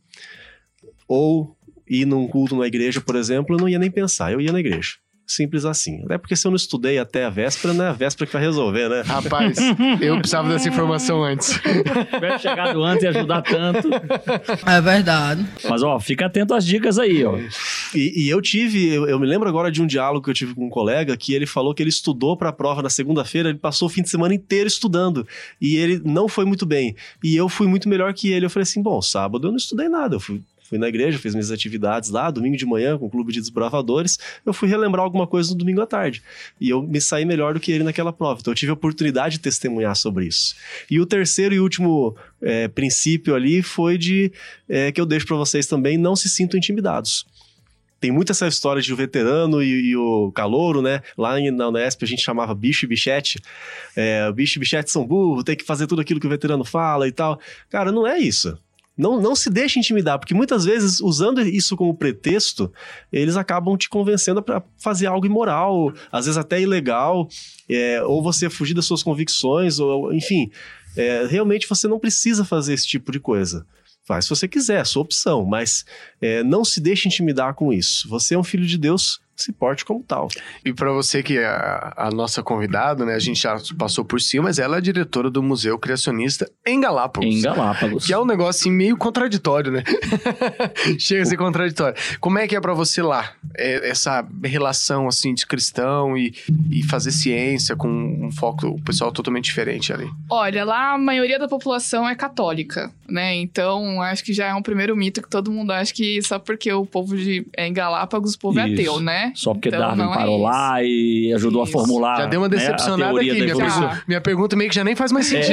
ou ir num culto na igreja, por exemplo, eu não ia nem pensar, eu ia na igreja. Simples assim. Até porque se eu não estudei até a véspera, não é a véspera que vai resolver, né? Rapaz, eu precisava dessa informação antes. Tivesse chegado antes e ajudar tanto. É verdade. Mas, ó, fica atento às dicas aí, ó. E eu me lembro agora de um diálogo que eu tive com um colega que ele falou que ele estudou para a prova na segunda-feira, ele passou o fim de semana inteiro estudando. E ele não foi muito bem. E eu fui muito melhor que ele. Eu falei assim, bom, sábado eu não estudei nada, eu fui na igreja, fiz minhas atividades lá, domingo de manhã com o Clube de Desbravadores, eu fui relembrar alguma coisa no domingo à tarde. E eu me saí melhor do que ele naquela prova. Então eu tive a oportunidade de testemunhar sobre isso. E o terceiro e último princípio ali foi que eu deixo para vocês também, não se sintam intimidados. Tem muito essa história de o veterano e o calouro, né? Lá na Unesp a gente chamava bicho e bichete. Bicho e bichete são burro, tem que fazer tudo aquilo que o veterano fala e tal. Cara, não é isso. Não se deixe intimidar, porque muitas vezes, usando isso como pretexto, eles acabam te convencendo para fazer algo imoral, às vezes até ilegal, ou você fugir das suas convicções, ou enfim, realmente você não precisa fazer esse tipo de coisa. Faz se você quiser, é sua opção, mas não se deixe intimidar com isso. Você é um filho de Deus, se porte como tal. E para você que é a nossa convidada, né, a gente já passou por cima, mas ela é diretora do Museu Criacionista em Galápagos. Em Galápagos. Que é um negócio assim, meio contraditório, né? Chega a ser contraditório. Como é que é para você lá? Essa relação assim de cristão e fazer ciência com um foco, o pessoal totalmente diferente ali. Olha, lá a maioria da população é católica, né? Então, acho que já é um primeiro mito que todo mundo acha que só porque o povo em Galápagos, o povo é ateu, né? Só porque então, Darwin parou lá e ajudou a formular. Já deu uma decepcionada, né, aqui. Minha pergunta meio que já nem faz mais sentido.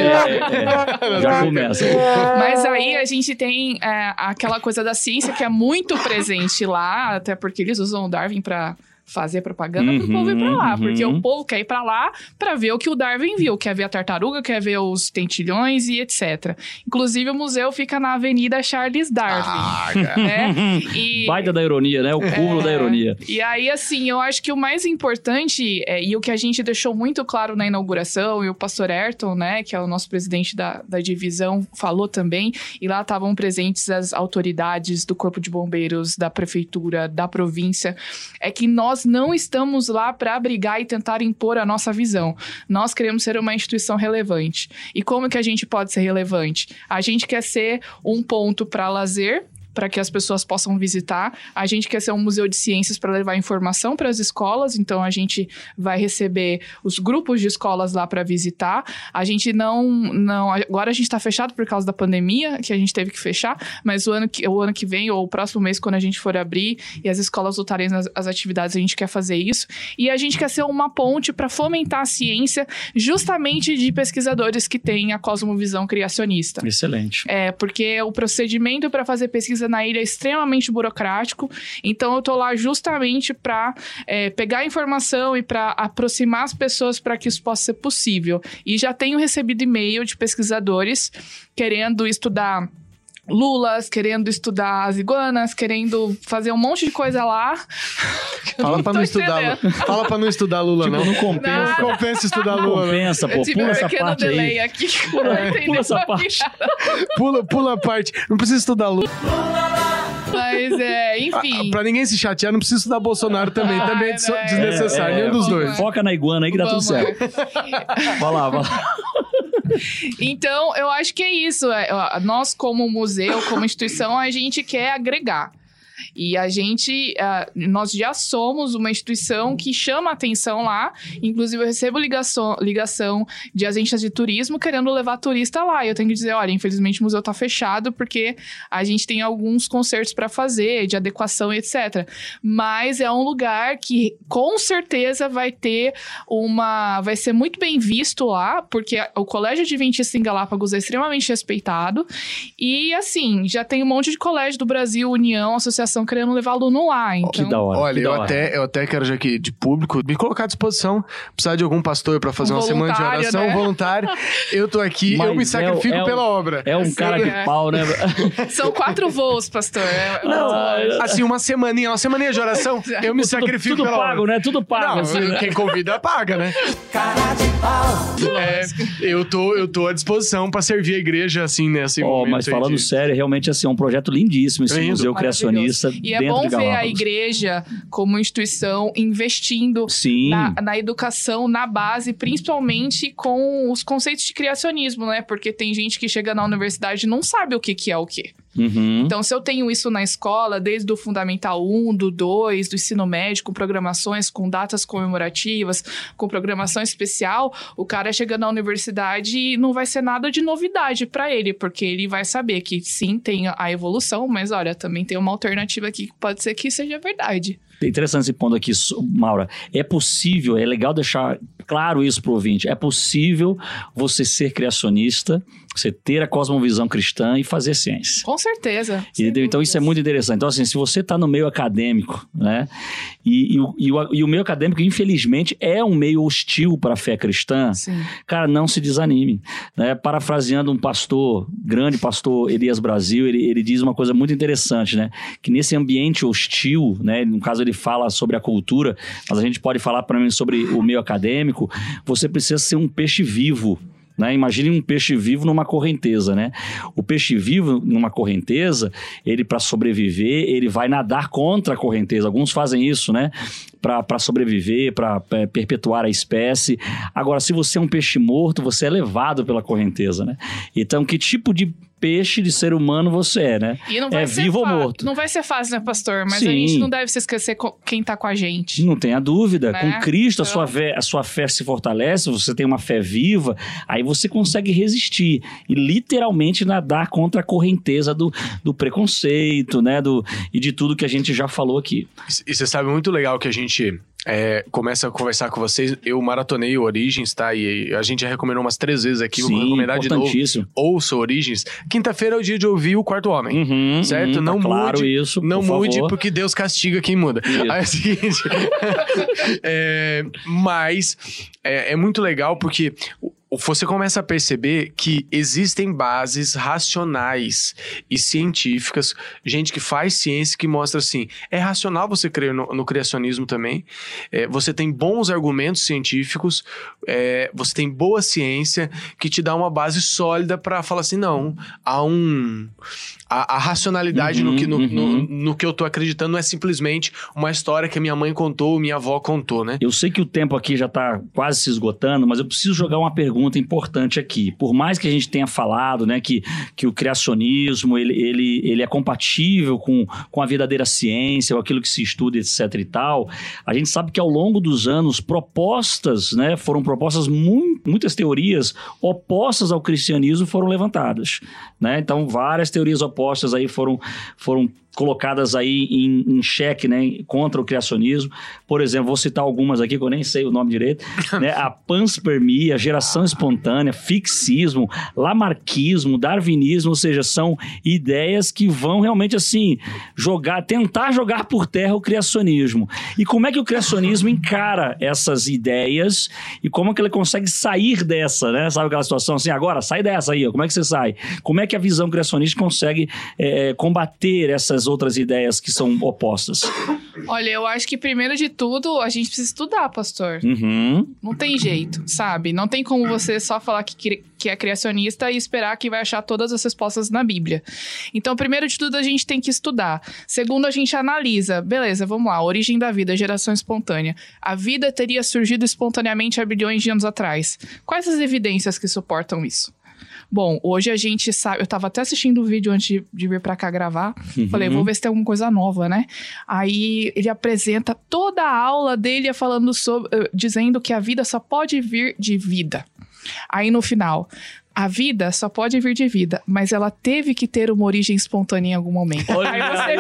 Já começa. Mas aí a gente tem aquela coisa da ciência que é muito presente lá, até porque eles usam o Darwin para fazer propaganda pro povo ir pra lá. Porque o povo quer ir pra lá pra ver o que o Darwin viu. Quer ver a tartaruga, quer ver os tentilhões e etc. Inclusive, o museu fica na Avenida Charles Darwin. Né? Baita da ironia, né? O cúmulo da ironia. E aí, assim, eu acho que o mais importante, e o que a gente deixou muito claro na inauguração, e o pastor Ayrton, né, que é o nosso presidente da divisão, falou também, e lá estavam presentes as autoridades do Corpo de Bombeiros, da Prefeitura, da província, é que nós não estamos lá para abrigar e tentar impor a nossa visão. Nós queremos ser uma instituição relevante. E como que a gente pode ser relevante? A gente quer ser um ponto para lazer, para que as pessoas possam visitar. A gente quer ser um museu de ciências para levar informação para as escolas, então a gente vai receber os grupos de escolas lá para visitar. A gente não... Agora a gente está fechado por causa da pandemia, que a gente teve que fechar, mas o ano que vem, ou o próximo mês, quando a gente for abrir e as escolas voltarem as atividades, a gente quer fazer isso. E a gente quer ser uma ponte para fomentar a ciência, justamente de pesquisadores que têm a cosmovisão criacionista. Excelente. Porque o procedimento para fazer pesquisa na ilha é extremamente burocrático, então eu tô lá justamente para pegar informação e para aproximar as pessoas para que isso possa ser possível. E já tenho recebido e-mail de pesquisadores querendo estudar lulas, querendo estudar as iguanas, querendo fazer um monte de coisa lá. Fala pra não estudar. Fala pra não estudar Lula, Tipo, não compensa. Não compensa estudar Lula. Não compensa, pô. Pula essa parte aí. Aqui, Pula essa parte. Pula a parte. Não precisa estudar Lula. Mas, enfim. Pra ninguém se chatear, não precisa estudar Bolsonaro também. Também é desnecessário, nenhum dos dois. Foca na iguana aí que dá tudo certo. Vai lá. Então, eu acho que é isso. Nós, como museu, como instituição, a gente quer agregar. E a gente, nós já somos uma instituição que chama atenção lá. Inclusive, eu recebo ligação de agências de turismo querendo levar turista lá. E eu tenho que dizer, olha, infelizmente o museu tá fechado porque a gente tem alguns concertos para fazer, de adequação e etc. Mas é um lugar que, com certeza, vai ser muito bem visto lá, porque o Colégio Adventista em Galápagos é extremamente respeitado. E, assim, já tem um monte de colégio do Brasil, União, Associação, querendo levar aluno lá, então... Que da hora. Olha, que eu até quero já aqui de público me colocar à disposição. Precisar de algum pastor pra fazer uma semana de oração, né? voluntário. Eu tô aqui, Mas eu me sacrifico pela obra. É um cara de pau, né? São 4 voos, pastor. Assim, uma semaninha de oração, eu me sacrifico tudo pela pago, obra. né? Tudo pago. Não, assim, né? quem convida, paga, né? Cara de pau. Eu tô à disposição pra servir a igreja, assim, nesse momento. Mas falando sério, realmente, assim, é um projeto lindíssimo esse Lindo. museu criacionista E é dentro bom de ver Galápagos. a igreja como instituição investindo Sim. na educação, na base, principalmente com os conceitos de criacionismo, né? Porque tem gente que chega na universidade e não sabe o que é o quê. Uhum. Então, se eu tenho isso na escola, desde o Fundamental 1, do 2, do ensino médio, com programações, com datas comemorativas, com programação especial, o cara chega na universidade e não vai ser nada de novidade para ele, porque ele vai saber que sim, tem a evolução, mas olha, também tem uma alternativa aqui que pode ser que seja verdade. É interessante esse ponto aqui, Maura. É possível, é legal deixar claro isso pro ouvinte, é possível você ser criacionista, você ter a cosmovisão cristã e fazer ciência. Com certeza. Entendeu? Então isso é muito interessante. Então assim, se você está no meio acadêmico, né, e o meio acadêmico, infelizmente, é um meio hostil para a fé cristã, Sim. Cara, não se desanime. Né? Parafraseando um pastor, grande pastor Elias Brasil, ele diz uma coisa muito interessante, né, que nesse ambiente hostil, né, no caso ele fala sobre a cultura, mas a gente pode falar para mim sobre o meio acadêmico, você precisa ser um peixe vivo. Né? Imagine um peixe vivo numa correnteza, né? O peixe vivo numa correnteza, ele para sobreviver, ele vai nadar contra a correnteza. Alguns fazem isso, né? Para sobreviver, para perpetuar a espécie. Agora, se você é um peixe morto, você é levado pela correnteza, né? Então, que tipo de peixe de ser humano você é, né? E não vai é ser vivo ou morto. Não vai ser fácil, né, pastor? Mas Sim. a gente não deve se esquecer quem tá com a gente. Não tenha dúvida. Né? Com Cristo, Então... a sua fé se fortalece, você tem uma fé viva, aí você consegue resistir e literalmente nadar contra a correnteza do preconceito, né? E de tudo que a gente já falou aqui. E você sabe muito legal que a gente... começa a conversar com vocês. Eu maratonei o Origens, tá? E a gente já recomendou umas 3 vezes aqui. Vou recomendar de novo. Ouça o Origens. Quinta-feira é o dia de ouvir o Quarto Homem. Certo? Não tá mude. Claro isso, não mude, favor. porque Deus castiga quem muda. Isso. Aí é o seguinte. Mas é muito legal porque você começa a perceber que existem bases racionais e científicas, gente que faz ciência que mostra assim, é racional você crer no criacionismo também, você tem bons argumentos científicos, você tem boa ciência que te dá uma base sólida para falar assim, não, a racionalidade no que eu tô acreditando não é simplesmente uma história que a minha mãe contou, minha avó contou, né? Eu sei que o tempo aqui já tá quase se esgotando, mas eu preciso jogar uma pergunta importante aqui. Por mais que a gente tenha falado, né, que o criacionismo ele é compatível com a verdadeira ciência, ou aquilo que se estuda, etc e tal, a gente sabe que ao longo dos anos foram propostas muitas teorias opostas ao cristianismo foram levantadas, né? Então várias teorias opostas aí foram colocadas aí em xeque, né, contra o criacionismo. Por exemplo, vou citar algumas aqui que eu nem sei o nome direito, né, a panspermia, geração espontânea, fixismo, lamarquismo, darwinismo, ou seja, são ideias que vão realmente assim tentar jogar por terra o criacionismo. E como é que o criacionismo encara essas ideias e como é que ele consegue sair dessa, né? Sabe aquela situação assim, agora sai dessa aí, ó, como é que você sai? Como é que a visão criacionista consegue combater essas outras ideias que são opostas? Olha, eu acho que primeiro de tudo, a gente precisa estudar, pastor. Não tem jeito, sabe? Não tem como você só falar que é criacionista e esperar que vai achar todas as respostas na Bíblia. Então, primeiro de tudo, a gente tem que estudar. Segundo, a gente analisa. Beleza, vamos lá. Origem da vida, geração espontânea. A vida teria surgido espontaneamente há bilhões de anos atrás. Quais as evidências que suportam isso? Bom, hoje a gente sabe... Eu tava até assistindo o vídeo antes de vir pra cá gravar. Falei, vou ver se tem alguma coisa nova, né? Aí ele apresenta toda a aula dele falando dizendo que a vida só pode vir de vida. Aí no final... A vida só pode vir de vida, mas ela teve que ter uma origem espontânea em algum momento. Aí você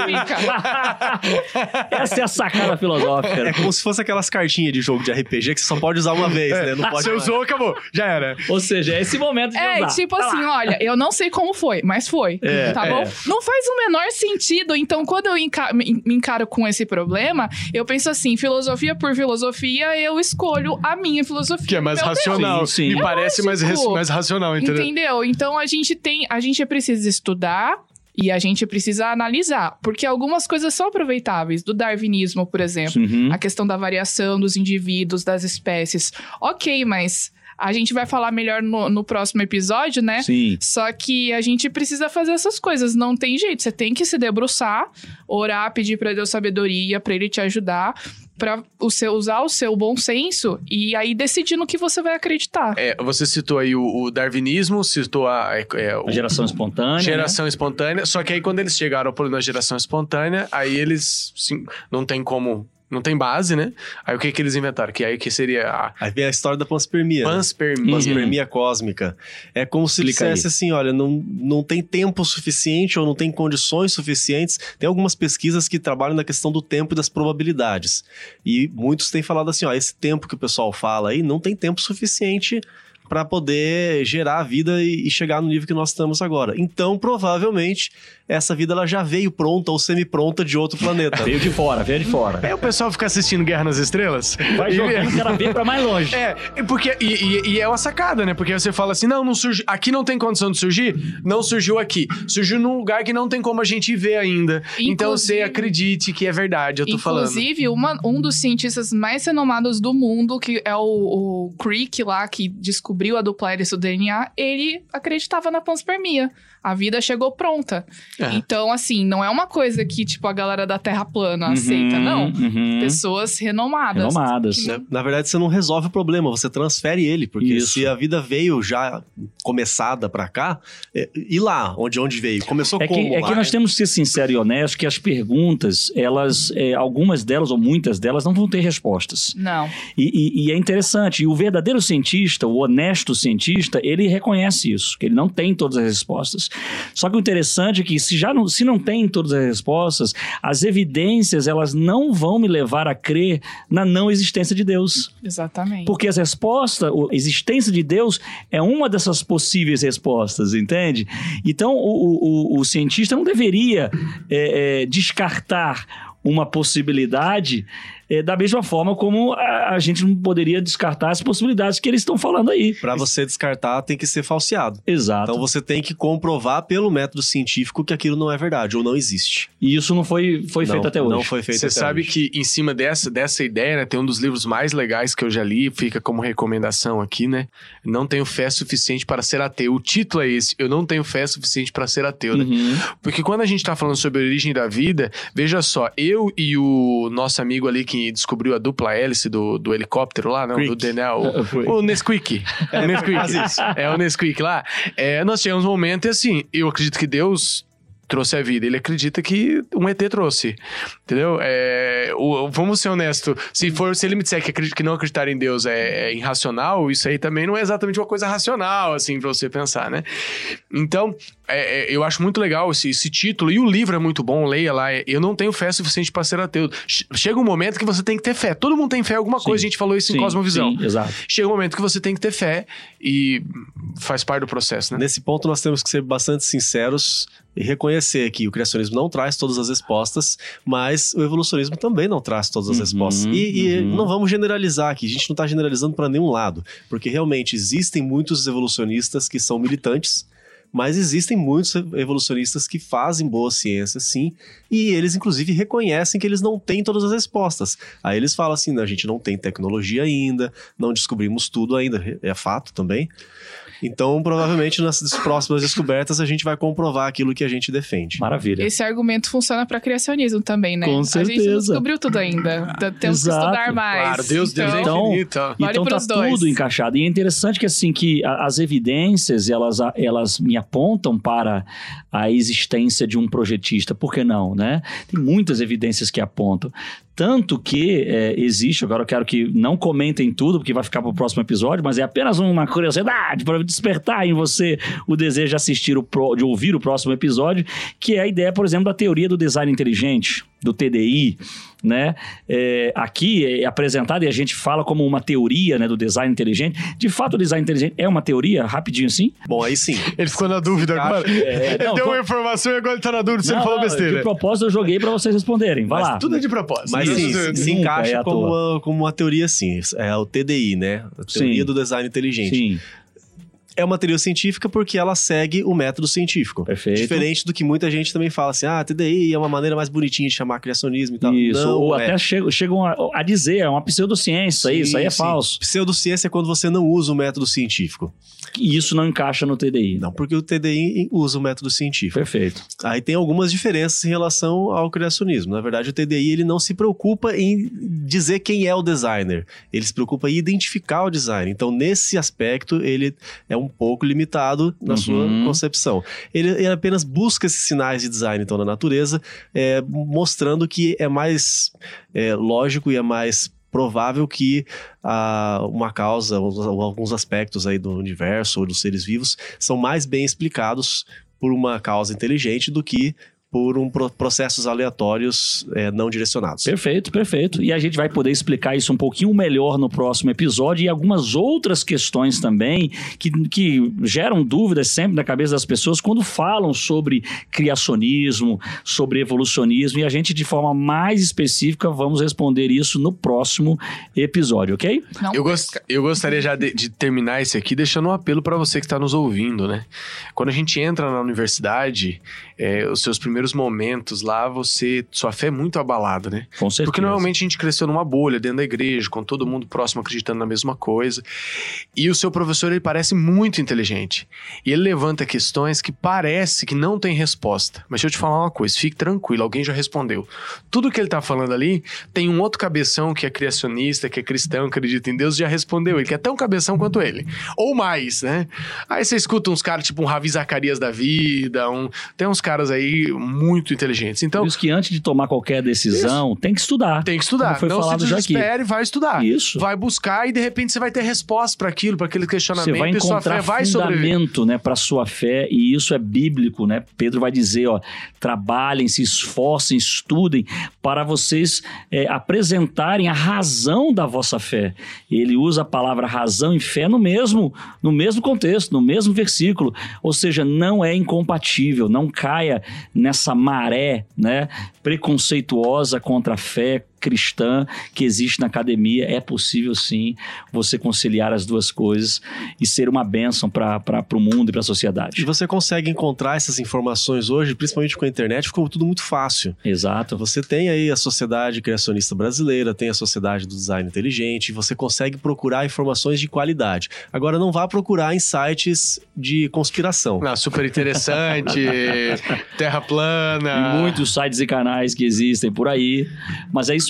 fica... Essa é a sacada filosófica. É como se fosse aquelas cartinhas de jogo de RPG que você só pode usar uma vez, né? Não pode Você usou, acabou. Já era. Ou seja, é esse momento de usar. Tipo assim, olha, eu não sei como foi, mas foi. Tá bom? Não faz o menor sentido. Então, quando eu me encaro com esse problema, eu penso assim, filosofia por filosofia, eu escolho a minha filosofia. Que é mais racional. Sim. Me parece mais racional, entendeu? Então, a gente precisa estudar e a gente precisa analisar. Porque algumas coisas são aproveitáveis. Do darwinismo, por exemplo. A questão da variação dos indivíduos, das espécies. Ok, mas... A gente vai falar melhor no próximo episódio, né? Sim. Só que a gente precisa fazer essas coisas. Não tem jeito. Você tem que se debruçar, orar, pedir pra Deus sabedoria, pra Ele te ajudar, pra usar o seu bom senso e aí decidir no que você vai acreditar. Você citou aí o darwinismo, citou a geração espontânea. Geração espontânea. Só que aí quando eles chegaram ao problema da geração espontânea, aí eles não tem como... Não tem base, né? Aí o que eles inventaram? Que seria Aí vem a história da panspermia. Panspermia cósmica. É como se dissesse assim, olha, não tem tempo suficiente ou não tem condições suficientes. Tem algumas pesquisas que trabalham na questão do tempo e das probabilidades. E muitos têm falado assim, ó, esse tempo que o pessoal fala aí, não tem tempo suficiente para poder gerar a vida e chegar no nível que nós estamos agora. Então, provavelmente, essa vida ela já veio pronta ou semi-pronta de outro planeta. Veio de fora. O pessoal fica assistindo Guerra nas Estrelas. Vai jogando o cara ver pra mais longe. Porque é uma sacada, né? Porque você fala assim, não surgiu, aqui não tem condição de surgir, não surgiu aqui. Surgiu num lugar que não tem como a gente ver ainda. Então você acredite que é verdade, eu tô falando. Inclusive, um dos cientistas mais renomados do mundo, que é o Crick lá, que descobriu a dupla hélice do DNA, ele acreditava na panspermia. A vida chegou pronta. Então, assim, não é uma coisa que, tipo, a galera da Terra plana aceita, não. Pessoas renomadas. Na verdade, você não resolve o problema, você transfere ele. Porque se a vida veio já começada pra cá, e lá, onde veio? Começou como? É que nós temos que ser sinceros e honestos que as perguntas, elas, algumas delas ou muitas delas não vão ter respostas. Não. E é interessante, e o verdadeiro cientista, o honesto cientista, ele reconhece isso, que ele não tem todas as respostas. Só que o interessante é que se não tem todas as respostas, as evidências, elas não vão me levar a crer na não existência de Deus. Exatamente. Porque as respostas, a existência de Deus é uma dessas possíveis respostas, entende? Então, o cientista não deveria descartar uma possibilidade da mesma forma como a gente não poderia descartar as possibilidades que eles estão falando aí. Para você descartar, tem que ser falseado. Exato. Então você tem que comprovar pelo método científico que aquilo não é verdade ou não existe. E isso não foi feito até hoje. Não foi feito até hoje. Você sabe que em cima dessa ideia, né, tem um dos livros mais legais que eu já li, fica como recomendação aqui, né? Não tenho fé suficiente para ser ateu. O título é esse, eu não tenho fé suficiente para ser ateu, né? Porque quando a gente tá falando sobre a origem da vida, veja só, eu e o nosso amigo ali que descobriu a dupla hélice do helicóptero lá, não, do Daniel, o Nesquik. O Nesquik lá. Nós tivemos um momento e assim, eu acredito que Deus trouxe a vida. Ele acredita que um ET trouxe. Entendeu? Vamos ser honestos. Se ele me disser que não acreditar em Deus é irracional, isso aí também não é exatamente uma coisa racional, assim, pra você pensar, né? Então, eu acho muito legal esse título, e o livro é muito bom, leia lá. Eu não tenho fé suficiente para ser ateu. Chega um momento que você tem que ter fé. Todo mundo tem fé em alguma coisa, a gente falou isso em Cosmovisão. Sim, exato. Chega um momento que você tem que ter fé e faz parte do processo, né? Nesse ponto nós temos que ser bastante sinceros e reconhecer que o criacionismo não traz todas as respostas, mas o evolucionismo também não traz todas as respostas. E não vamos generalizar aqui, a gente não está generalizando para nenhum lado, porque realmente existem muitos evolucionistas que são militantes, mas existem muitos evolucionistas que fazem boa ciência, sim, e eles, inclusive, reconhecem que eles não têm todas as respostas. Aí eles falam assim, a gente não tem tecnologia ainda, não descobrimos tudo ainda, é fato também. Então, provavelmente, nas próximas descobertas, a gente vai comprovar aquilo que a gente defende. Maravilha. Esse argumento funciona para criacionismo também, né? Com certeza. A gente não descobriu tudo ainda. Temos que estudar mais. Claro, Deus é infinito. Então tá tudo encaixado. E é interessante que, assim, que as evidências, elas me apontam para a existência de um projetista. Por que não, né? Tem muitas evidências que apontam. Tanto que existe, agora eu quero que não comentem tudo, porque vai ficar para o próximo episódio, mas é apenas uma curiosidade para despertar em você o desejo de assistir, de ouvir o próximo episódio, que é a ideia, por exemplo, da teoria do design inteligente, do TDI, né? Aqui é apresentado e a gente fala como uma teoria, né, do design inteligente. De fato, o design inteligente é uma teoria? Rapidinho assim? Bom, aí sim. Ele ficou na dúvida agora. Ele deu uma informação e agora ele tá na dúvida se ele falou besteira. De propósito, eu joguei para vocês responderem. Vai lá. Tudo é de propósito. Mas sim, se encaixa como uma teoria, sim. É o TDI, né? A teoria do design inteligente. Sim. É uma teoria científica porque ela segue o método científico. Perfeito. Diferente do que muita gente também fala assim, TDI é uma maneira mais bonitinha de chamar criacionismo e tal. Isso, não, ou até chegam a dizer, é uma pseudociência, isso aí é falso. Pseudociência é quando você não usa o método científico. E isso não encaixa no TDI. Não, porque o TDI usa o método científico. Perfeito. Aí tem algumas diferenças em relação ao criacionismo. Na verdade, o TDI ele não se preocupa em dizer quem é o designer. Ele se preocupa em identificar o designer. Então, nesse aspecto, ele é um pouco limitado na sua concepção. Ele apenas busca esses sinais de design, então, na natureza, mostrando que é mais lógico e é mais provável que uma causa, ou alguns aspectos aí do universo ou dos seres vivos são mais bem explicados por uma causa inteligente do que por processos aleatórios não direcionados. Perfeito, perfeito. E a gente vai poder explicar isso um pouquinho melhor no próximo episódio e algumas outras questões também que geram dúvidas sempre na cabeça das pessoas quando falam sobre criacionismo, sobre evolucionismo, e a gente, de forma mais específica, vamos responder isso no próximo episódio, ok? Eu gostaria já de terminar esse aqui deixando um apelo para você que está nos ouvindo, né? Quando a gente entra na universidade, os seus primeiros momentos lá, sua fé é muito abalada, né? Com certeza. Porque normalmente a gente cresceu numa bolha dentro da igreja, com todo mundo próximo acreditando na mesma coisa. E o seu professor, ele parece muito inteligente. E ele levanta questões que parece que não tem resposta. Mas deixa eu te falar uma coisa, fique tranquilo, alguém já respondeu. Tudo que ele tá falando ali, tem um outro cabeção que é criacionista, que é cristão, acredita em Deus, já respondeu. Ele que é tão cabeção quanto ele. Ou mais, né? Aí você escuta uns caras tipo um Ravi Zacarias da vida, tem uns caras aí muito inteligentes. Então, por isso que antes de tomar qualquer decisão, tem que estudar. Tem que estudar. Foi não falado se desespere, já aqui. Vai estudar. Isso. Vai buscar e de repente você vai ter resposta para aquilo, para aquele questionamento. Você vai encontrar e sua fé vai fundamento, né, para sua fé, e isso é bíblico, né? Pedro vai dizer, trabalhem, se esforcem, estudem para vocês apresentarem a razão da vossa fé. Ele usa a palavra razão e fé no mesmo contexto, no mesmo versículo. Ou seja, não é incompatível, não caia nessa maré, né, preconceituosa contra a fé cristã que existe na academia. É possível sim você conciliar as duas coisas e ser uma bênção para o mundo e para a sociedade. E você consegue encontrar essas informações hoje, principalmente com a internet, ficou tudo muito fácil. Exato. Você tem aí a Sociedade Criacionista Brasileira, tem a Sociedade do Design Inteligente, você consegue procurar informações de qualidade. Agora, não vá procurar em sites de conspiração. Não, super interessante, terra plana. E muitos sites e canais que existem por aí. Mas é isso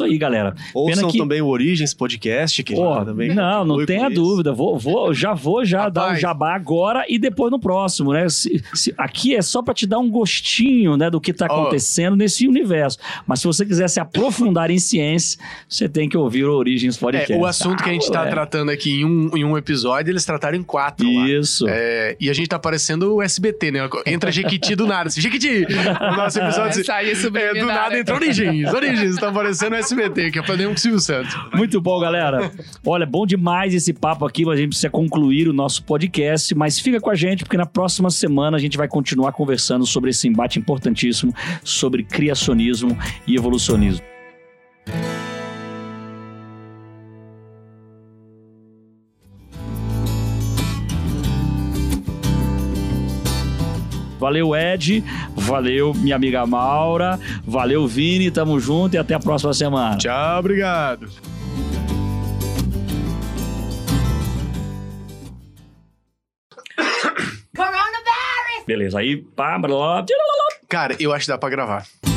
aí, galera. Ouçam também o Origens Podcast, que também não tenha dúvida. Já vou dar um jabá agora e depois no próximo, né? Aqui é só pra te dar um gostinho, né, do que tá acontecendo nesse universo. Mas se você quiser se aprofundar em ciência, você tem que ouvir o Origens Podcast. O assunto que a gente tá tratando aqui em um episódio, eles trataram em 4 lá. Isso. E a gente tá parecendo o SBT, né? Entra Jequiti do nada. Jequiti! No nosso episódio... do nada entra Origens. Tá parecendo o SBT, que é pra nenhum com o Silvio Santos. Muito bom, galera. Olha, bom demais esse papo aqui, mas a gente precisa concluir o nosso podcast, mas fica com a gente, porque na próxima semana a gente vai continuar conversando sobre esse embate importantíssimo sobre criacionismo e evolucionismo. Valeu, Ed. Valeu, minha amiga Maura. Valeu, Vini. Tamo junto e até a próxima semana. Tchau, obrigado. Coronavirus! Beleza, aí... Cara, eu acho que dá pra gravar.